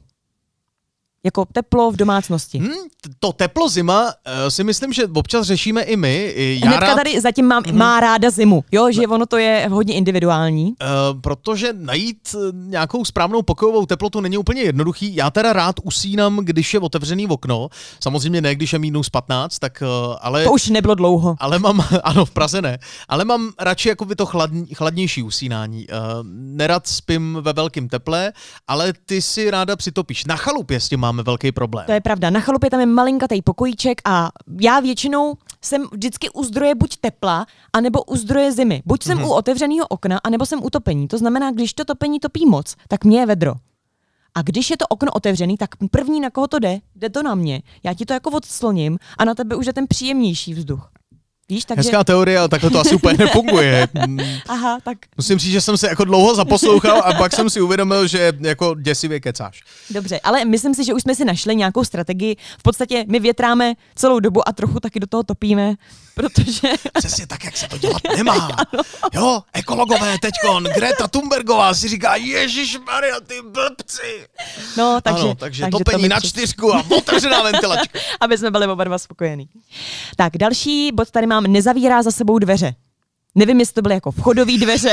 Jako teplo v domácnosti. To teplo zima si myslím, že občas řešíme i my. Hnedka tady zatím má ráda zimu, jo, že ono to je hodně individuální. Protože najít nějakou správnou pokojovou teplotu není úplně jednoduchý. Já teda rád usínám, když je otevřený okno. Samozřejmě ne, když je -15, tak ale... To už nebylo dlouho. Ale ano, v Praze ne. Ale mám radši jako by to chladnější usínání. Nerad spím ve velkém teple, ale ty si ráda přitopíš. Na chalupě s tím máme velký problém. To je pravda. Na chalupě tam je malinkatej pokojíček a já většinou jsem vždycky u zdroje buď tepla, anebo u zdroje zimy. Buď jsem u otevřeného okna, anebo jsem u topení. To znamená, když to topení topí moc, tak mě je vedro. A když je to okno otevřený, tak první, na koho to jde to na mě. Já ti to jako odsloním a na tebe už je ten příjemnější vzduch. Víš, takže... Hezká teorie, ale takhle to asi úplně nefunguje. Aha, tak. Musím říct, že jsem se jako dlouho zaposlouchal a pak jsem si uvědomil, že jako děsivě kecáš. Dobře, ale myslím si, že už jsme si našli nějakou strategii. V podstatě my větráme celou dobu a trochu taky do toho topíme, protože... Přesně tak, jak se to dělat nemá. Jo, ekologové teďkon, Greta Thunbergová si říká, ježišmarja, ty blbci. No, takže topení na 4 a otevřená ventilačka. Aby jsme byli oba dva spokojení. Tak, další bod tady mám, nezavírá za sebou dveře. Nevím, jestli to byly jako vchodové dveře,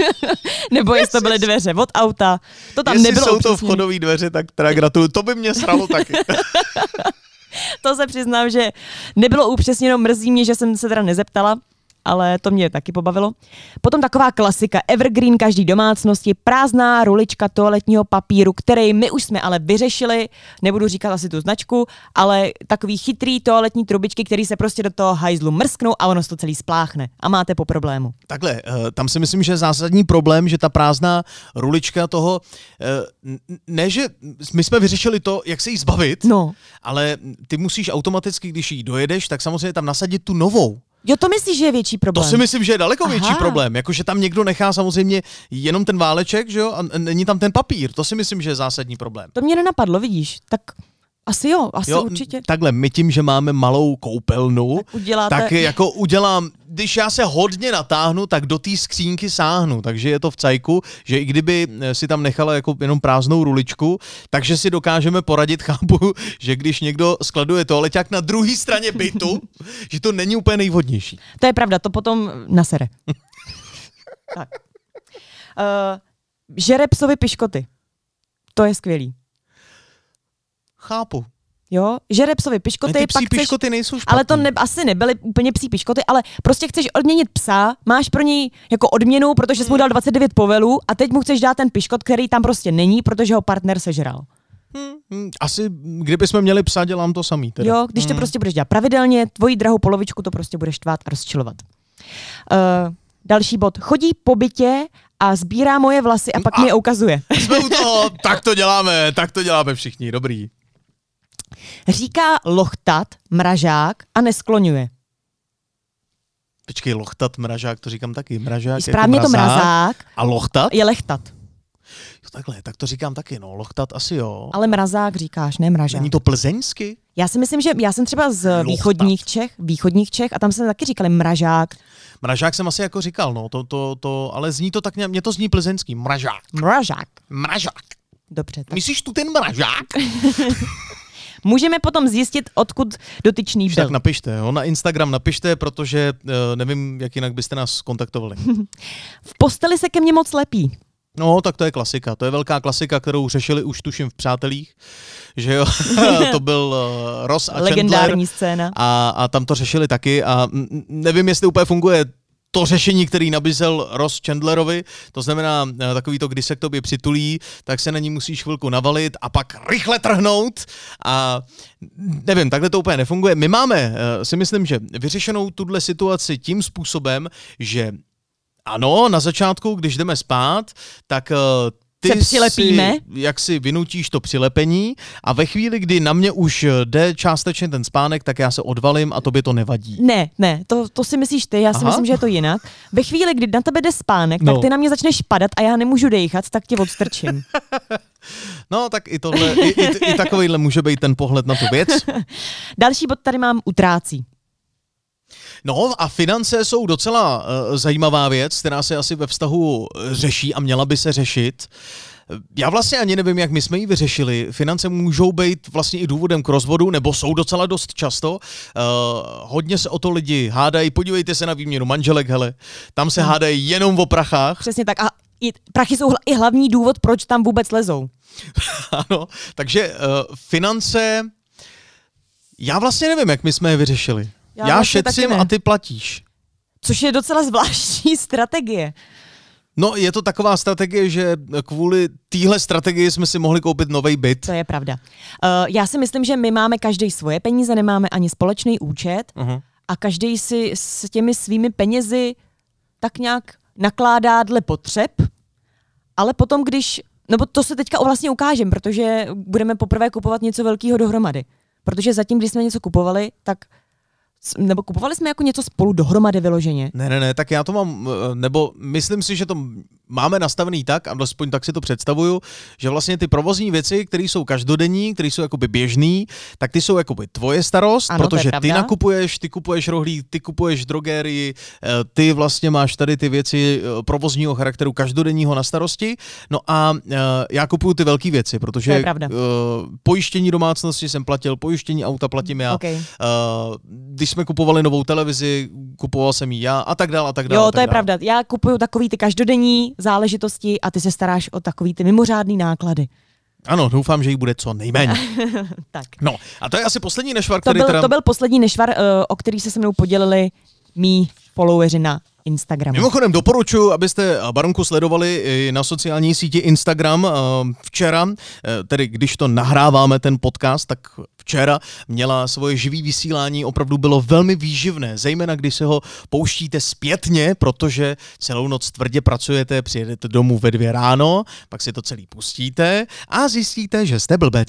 nebo jestli to byly dveře od auta. To tam jestli nebylo jsou upřesněný. to vchodové dveře, tak teda gratuluju. To by mě sralo taky. To se přiznám, že nebylo upřesněno, mrzí mě, že jsem se teda nezeptala, ale to mě taky pobavilo. Potom taková klasika, evergreen každý domácnosti, prázdná rulička toaletního papíru, který my už jsme ale vyřešili, nebudu říkat asi tu značku, ale takový chytrý toaletní trubičky, který se prostě do toho hajzlu mrsknou a ono se to celý spláchne a máte po problému. Takhle, tam si myslím, že je zásadní problém, že ta prázdná rulička toho, ne, že my jsme vyřešili to, jak se jí zbavit, ale ty musíš automaticky, když jí dojedeš, tak samozřejmě tam nasadit tu novou. Jo, to myslíš, že je větší problém? To si myslím, že je daleko větší problém. Jakože tam někdo nechá samozřejmě jenom ten váleček, že jo, a není tam ten papír. To si myslím, že je zásadní problém. To mě nenapadlo, vidíš. Tak asi určitě. Takhle, my tím, že máme malou koupelnu, tak jako udělám, když já se hodně natáhnu, tak do té skřínky sáhnu, takže je to v cajku, že i kdyby si tam nechala jako jenom prázdnou ruličku, takže si dokážeme poradit, chápu, že když někdo skladuje toaleťák na druhé straně bytu, že to není úplně nejvhodnější. To je pravda, to potom nasere. Tak. Žere psovi piškoty. To je skvělý. Chápu. Jo, žere psovi piškoty. Ty psí piškoty nejsou špatný. Ale to asi nebyly úplně psí piškoty, ale prostě chceš odměnit psa, máš pro něj jako odměnu, protože jsi mu dal 29 povelů a teď mu chceš dát ten piškot, který tam prostě není, protože ho partner sežral. Asi, kdybychom měli psa, dělám to samý. Teda. Jo, když to prostě budeš dělat pravidelně, tvoji drahou polovičku to prostě budeš tvát a rozčilovat. Další bod. Chodí po bytě a sbírá moje vlasy a pak mi je ukazuje. Jsme u toho, tak to děláme všichni, dobrý. Říká lochtat, mražák a neskloňuje. Počkej, lochtat, mražák, to říkám taky. Mražák správně jako to mrazák. A lochtat? Je lechtat. Jo, takhle, tak to říkám taky, lochtat asi jo. Ale mrazák říkáš, ne mražák. Není to plzeňsky? Já si myslím, že já jsem třeba z východních Čech a tam se taky říkali mražák. Mražák jsem asi jako říkal, ale zní to tak, mě to zní plzeňský. Mražák. Dobře. Tak. Myslíš tu ten mražák? Můžeme potom zjistit, odkud dotyčný byl. Tak napište, na Instagram napište, protože nevím, jak jinak byste nás kontaktovali. V posteli se ke mně moc lepí. No, tak to je klasika. To je velká klasika, kterou řešili už tuším v Přátelích, že jo, to byl Ross a Chandler. Legendární scéna. A tam to řešili taky a nevím, jestli úplně funguje to řešení, který nabízel Ross Chandlerovi, to znamená takový to, když se k tobě přitulí, tak se na ní musíš chvilku navalit a pak rychle trhnout a nevím, takhle to úplně nefunguje. My máme, si myslím, že vyřešenou tuhle situaci tím způsobem, že ano, na začátku, když jdeme spát, tak ty si vynutíš to přilepení a ve chvíli, kdy na mě už jde částečně ten spánek, tak já se odvalím a tobě to nevadí. Ne, to si myslíš ty, já si myslím, že je to jinak. Ve chvíli, kdy na tebe jde spánek, tak ty na mě začneš padat a já nemůžu dejchat, tak tě odstrčím. No, tak i tohle, i takovejhle může být ten pohled na tu věc. Další bod tady mám utrácí. No a finance jsou docela zajímavá věc, která se asi ve vztahu řeší a měla by se řešit. Já vlastně ani nevím, jak my jsme ji vyřešili. Finance můžou být vlastně i důvodem k rozvodu, nebo jsou docela dost často. Hodně se o to lidi hádají. Podívejte se na výměnu manželek, hele. Tam se hádají jenom o prachách. Přesně tak. A prachy jsou i hlavní důvod, proč tam vůbec lezou. Ano, takže finance... Já vlastně nevím, jak my jsme je vyřešili. Já šetřím a ty platíš. Což je docela zvláštní strategie. No, je to taková strategie, že kvůli téhle strategii jsme si mohli koupit nový byt. To je pravda. Já si myslím, že my máme každý svoje peníze, nemáme ani společný účet a každý si s těmi svými penězi tak nějak nakládá dle potřeb, ale potom nebo to se teďka vlastně ukážem, protože budeme poprvé kupovat něco velkého dohromady. Protože zatím, když jsme něco kupovali, nebo kupovali jsme jako něco spolu dohromady vyloženě? Ne, tak já to mám, nebo myslím si, že to máme nastavený tak, alespoň tak si to představuju, že vlastně ty provozní věci, které jsou každodenní, které jsou jakoby běžný, tak ty jsou jakoby tvoje starost, ano, protože ty nakupuješ, ty kupuješ rohlík, ty kupuješ drogérii, ty vlastně máš tady ty věci provozního charakteru každodenního na starosti, no a já kupuju ty velké věci, protože pojištění domácnosti jsem platil, pojištění auta platím já, když jsme kupovali novou televizi, kupoval jsem ji já a tak dále. Jo, to je pravda. Já kupuju takový ty každodenní záležitosti a ty se staráš o takový ty mimořádný náklady. Ano, doufám, že jí bude co nejméně. Tak. No, a to je asi poslední nešvar, To byl poslední nešvar, o který se mnou podělili mý followeri na Instagramu. Mimochodem doporučuji, abyste Baronku sledovali i na sociální síti Instagram. Včera, tedy když to nahráváme ten podcast, tak včera měla svoje živý vysílání, opravdu bylo velmi výživné, zejména když se ho pouštíte zpětně, protože celou noc tvrdě pracujete, přijedete domů ve 2 ráno, pak si to celý pustíte a zjistíte, že jste blbec.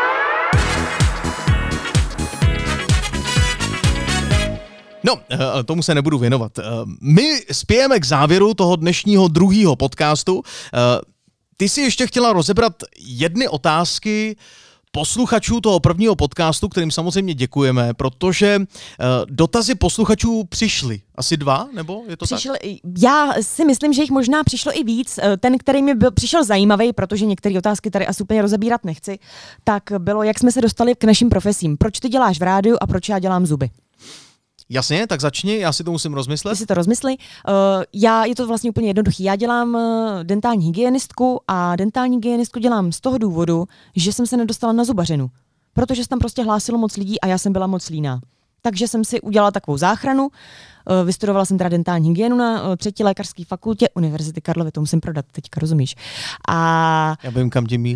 No, tomu se nebudu věnovat. My spějeme k závěru toho dnešního 2. podcastu. Ty jsi ještě chtěla rozebrat jedny otázky posluchačů toho 1. podcastu, kterým samozřejmě děkujeme, protože dotazy posluchačů přišly. Asi 2, nebo je to tak? Já si myslím, že jich možná přišlo i víc. Ten, který mi přišel zajímavý, protože některé otázky tady asi úplně rozebírat nechci, tak bylo, jak jsme se dostali k našim profesím. Proč ty děláš v rádiu a proč já dělám zuby? Jasně, tak začni, já si to musím rozmyslet. Ty si to rozmysli. Je to vlastně úplně jednoduchý. Já dělám dentální hygienistku a dentální hygienistku dělám z toho důvodu, že jsem se nedostala na zubařinu. Protože se tam prostě hlásilo moc lidí a já jsem byla moc líná. Takže jsem si udělala takovou záchranu. Vystudovala jsem teda dentální hygienu na 3. lékařské fakultě Univerzity Karlovy, to musím prodat, teďka rozumíš. A já vím, kam tím jít.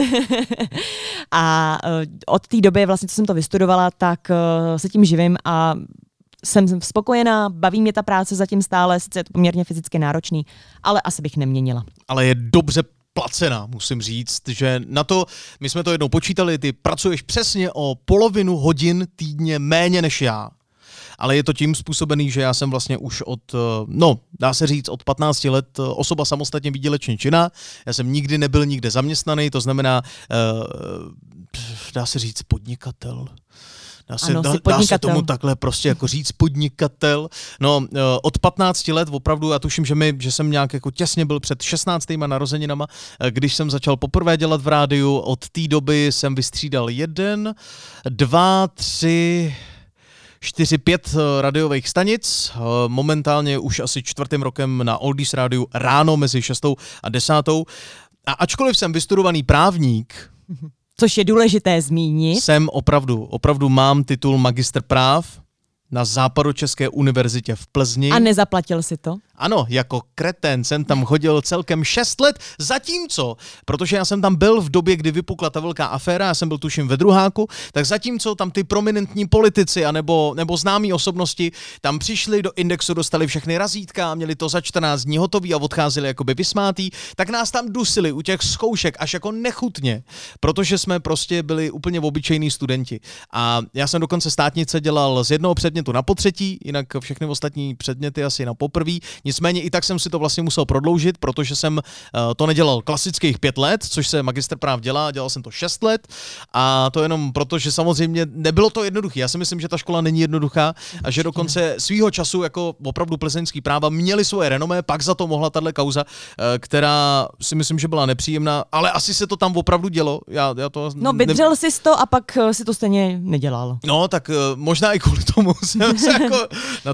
A od té doby, vlastně, co jsem to vystudovala, tak se tím živím a jsem spokojená, baví mě ta práce zatím stále, sice je to poměrně fyzicky náročný, ale asi bych neměnila. Ale je dobře placená, musím říct, že na to, my jsme to jednou počítali, ty pracuješ přesně o polovinu hodin týdně méně než já. Ale je to tím způsobený, že já jsem vlastně už dá se říct, od 15 let osoba samostatně výdělečně činná. Já jsem nikdy nebyl nikde zaměstnaný, to znamená, dá se říct, podnikatel. Dá se tomu takhle prostě jako říct podnikatel. No, od 15 let opravdu, já tuším, že jsem nějak jako těsně byl před 16. narozeninama, když jsem začal poprvé dělat v rádiu. Od té doby jsem vystřídal 1, 2, 3... 4, 5 radiových stanic, momentálně už asi 4. rokem na Oldies rádiu ráno mezi 6. a 10. A ačkoliv jsem vystudovaný právník, což je důležité zmínit, jsem opravdu mám titul magistr práv na Západočeské univerzitě v Plzni. A nezaplatil si to? Ano, jako kretén jsem tam chodil celkem 6 let, zatímco, protože já jsem tam byl v době, kdy vypukla ta velká aféra, já jsem byl tuším ve druháku, tak zatímco tam ty prominentní politici nebo známí osobnosti tam přišli do Indexu, dostali všechny razítka, měli to za 14 dní hotový a odcházeli jakoby vysmátý, tak nás tam dusili u těch zkoušek až jako nechutně, protože jsme prostě byli úplně obyčejní studenti. A já jsem dokonce státnice dělal z jednoho předmětu na potřetí, jinak všechny ostatní předměty asi na poprvý. Nicméně i tak jsem si to vlastně musel prodloužit, protože jsem to nedělal klasických 5 let, což se magistr práv dělal jsem to 6 let a to jenom proto, že samozřejmě nebylo to jednoduché. Já si myslím, že ta škola není jednoduchá a že dokonce svýho času jako opravdu plzeňský práva měli svoje renomé, pak za to mohla tahle kauza, která si myslím, že byla nepříjemná, ale asi se to tam opravdu dělo. Vydřel jsi to a pak si to stejně nedělal. No, tak možná i kvůli tomu jsem se jako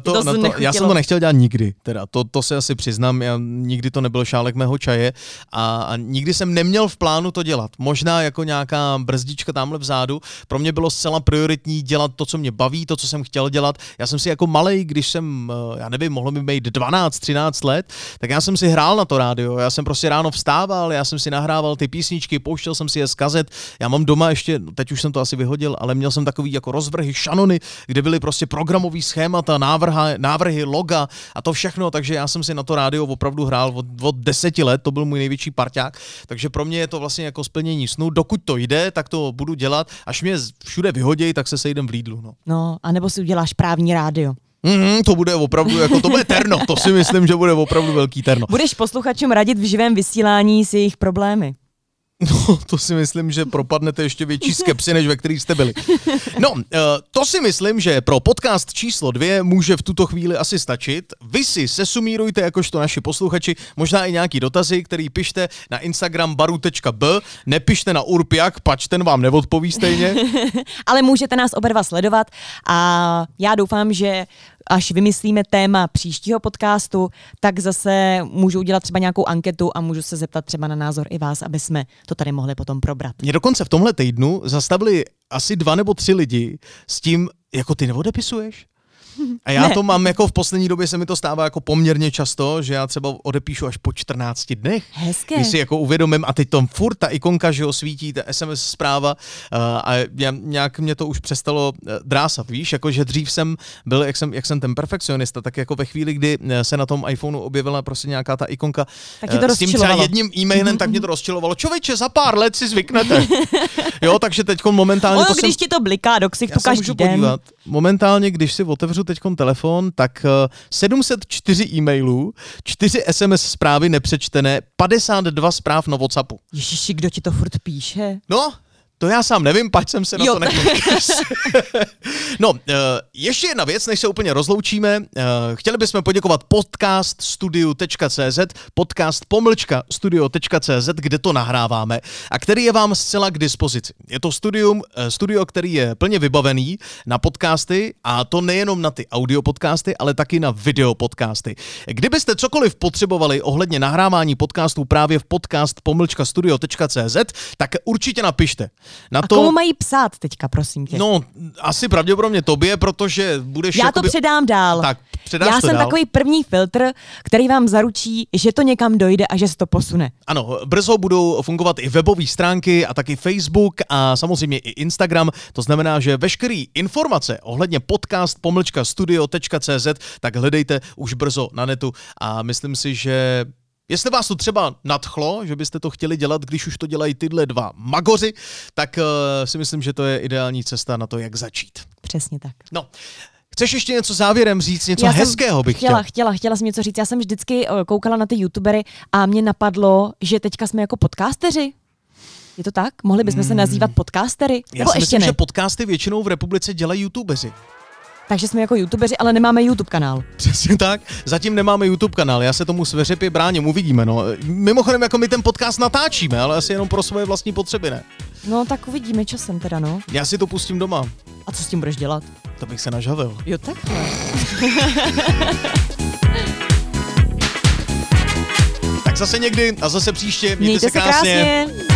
já jsem to nechtěl dělat nikdy, teda to se asi přiznám, já nikdy to nebyl šálek mého čaje a nikdy jsem neměl v plánu to dělat. Možná jako nějaká brzdička tamhle vzadu. Pro mě bylo zcela prioritní dělat to, co mě baví, to, co jsem chtěl dělat. Já jsem si jako malej, když jsem, já nevím, mohlo mi být 12, 13 let, tak já jsem si hrál na to rádio. Já jsem prostě ráno vstával, já jsem si nahrával ty písničky, pouštěl jsem si je z kazet. Já mám doma ještě, teď už jsem to asi vyhodil, ale měl jsem takový jako rozvrhy, šanony, kde byly prostě programový schémata, návrhy, loga a to všechno, takže já jsem si na to rádio opravdu hrál od 10 let, to byl můj největší parťák, takže pro mě je to vlastně jako splnění snu. Dokud to jde, tak to budu dělat, až mě všude vyhodí, tak se sejdem v Lidlu. No, anebo si uděláš právní rádio. To bude opravdu, to bude terno, to si myslím, že bude opravdu velký terno. Budeš posluchačům radit v živém vysílání s jejich problémy. No, to si myslím, že propadnete ještě větší skepsi, než ve kterých jste byli. No, to si myslím, že pro podcast číslo 2 může v tuto chvíli asi stačit. Vy si sesumírujte jakožto naši posluchači, možná i nějaký dotazy, který pište na Instagram baru.b, nepište na urpiak, pač ten vám neodpoví stejně. Ale můžete nás oba dva sledovat a já doufám, že až vymyslíme téma příštího podcastu, tak zase můžu udělat třeba nějakou anketu a můžu se zeptat třeba na názor i vás, aby jsme to tady mohli potom probrat. Mě dokonce v tomhle týdnu zastavili asi 2 nebo 3 lidi s tím, jako ty neodepisuješ? A já to mám jako v poslední době se mi to stává jako poměrně často, že já třeba odepíšu až po 14 dnech. Hezké. Když si jako uvědomím a teď tam furt ta ikonka, že jo, svítí, ta SMS zpráva a nějak mě to už přestalo drásat, víš, jako že dřív jsem byl, jak jsem ten perfekcionista, tak jako ve chvíli, kdy se na tom iPhoneu objevila prostě nějaká ta ikonka s tím třeba jedním e-mailem, tak mě to rozčilovalo. Člověče, za pár let si zvyknete. Jo, takže teď momentálně když ti to bliká do ksichtu každý den. Podívat. Momentálně, když si otevřu teďkon telefon, tak 704 e-mailů, 4 SMS zprávy nepřečtené, 52 zpráv na WhatsAppu. Ježiši, kdo ti to furt píše? No, to já sám nevím, pač jsem se na to nekoukal. No, ještě jedna věc, než se úplně rozloučíme. Chtěli bychom poděkovat podcaststudio.cz, podcast-studio.cz, kde to nahráváme a který je vám zcela k dispozici. Je to studio, který je plně vybavený na podcasty a to nejenom na ty audio podcasty, ale taky na video podcasty. Kdybyste cokoliv potřebovali ohledně nahrávání podcastů právě v podcast-studio.cz, tak určitě napište. Komu mají psát teďka, prosím tě? No, asi pravděpodobně tobě, protože budeš... Já to předám dál. Tak, předáš Já to jsem dál. Takový první filtr, který vám zaručí, že to někam dojde a že se to posune. Ano, brzo budou fungovat i webové stránky a taky Facebook a samozřejmě i Instagram. To znamená, že veškeré informace ohledně podcast-studio.cz tak hledejte už brzo na netu a myslím si, že jestli vás to třeba nadchlo, že byste to chtěli dělat, když už to dělají tyhle 2 magoři, tak si myslím, že to je ideální cesta na to, jak začít. Přesně tak. No, chceš ještě něco závěrem říct? Něco hezkého bych chtěla jsem něco říct. Já jsem vždycky koukala na ty youtubery a mě napadlo, že teďka jsme jako podcasteři. Je to tak? Mohli bychom se nazývat podcastery? Já si myslím, že podcasty většinou v republice dělají youtubeři. Takže jsme jako youtubeři, ale nemáme YouTube kanál. Přesně tak. Zatím nemáme YouTube kanál. Já se tomu sveřepě bráním, uvidíme. No. Mimochodem, jako my ten podcast natáčíme, ale asi jenom pro svoje vlastní potřeby, ne? No tak uvidíme časem teda, no. Já si to pustím doma. A co s tím budeš dělat? To bych se nažavil. Jo, takhle. Tak zase někdy a zase příště. Mějte se krásně.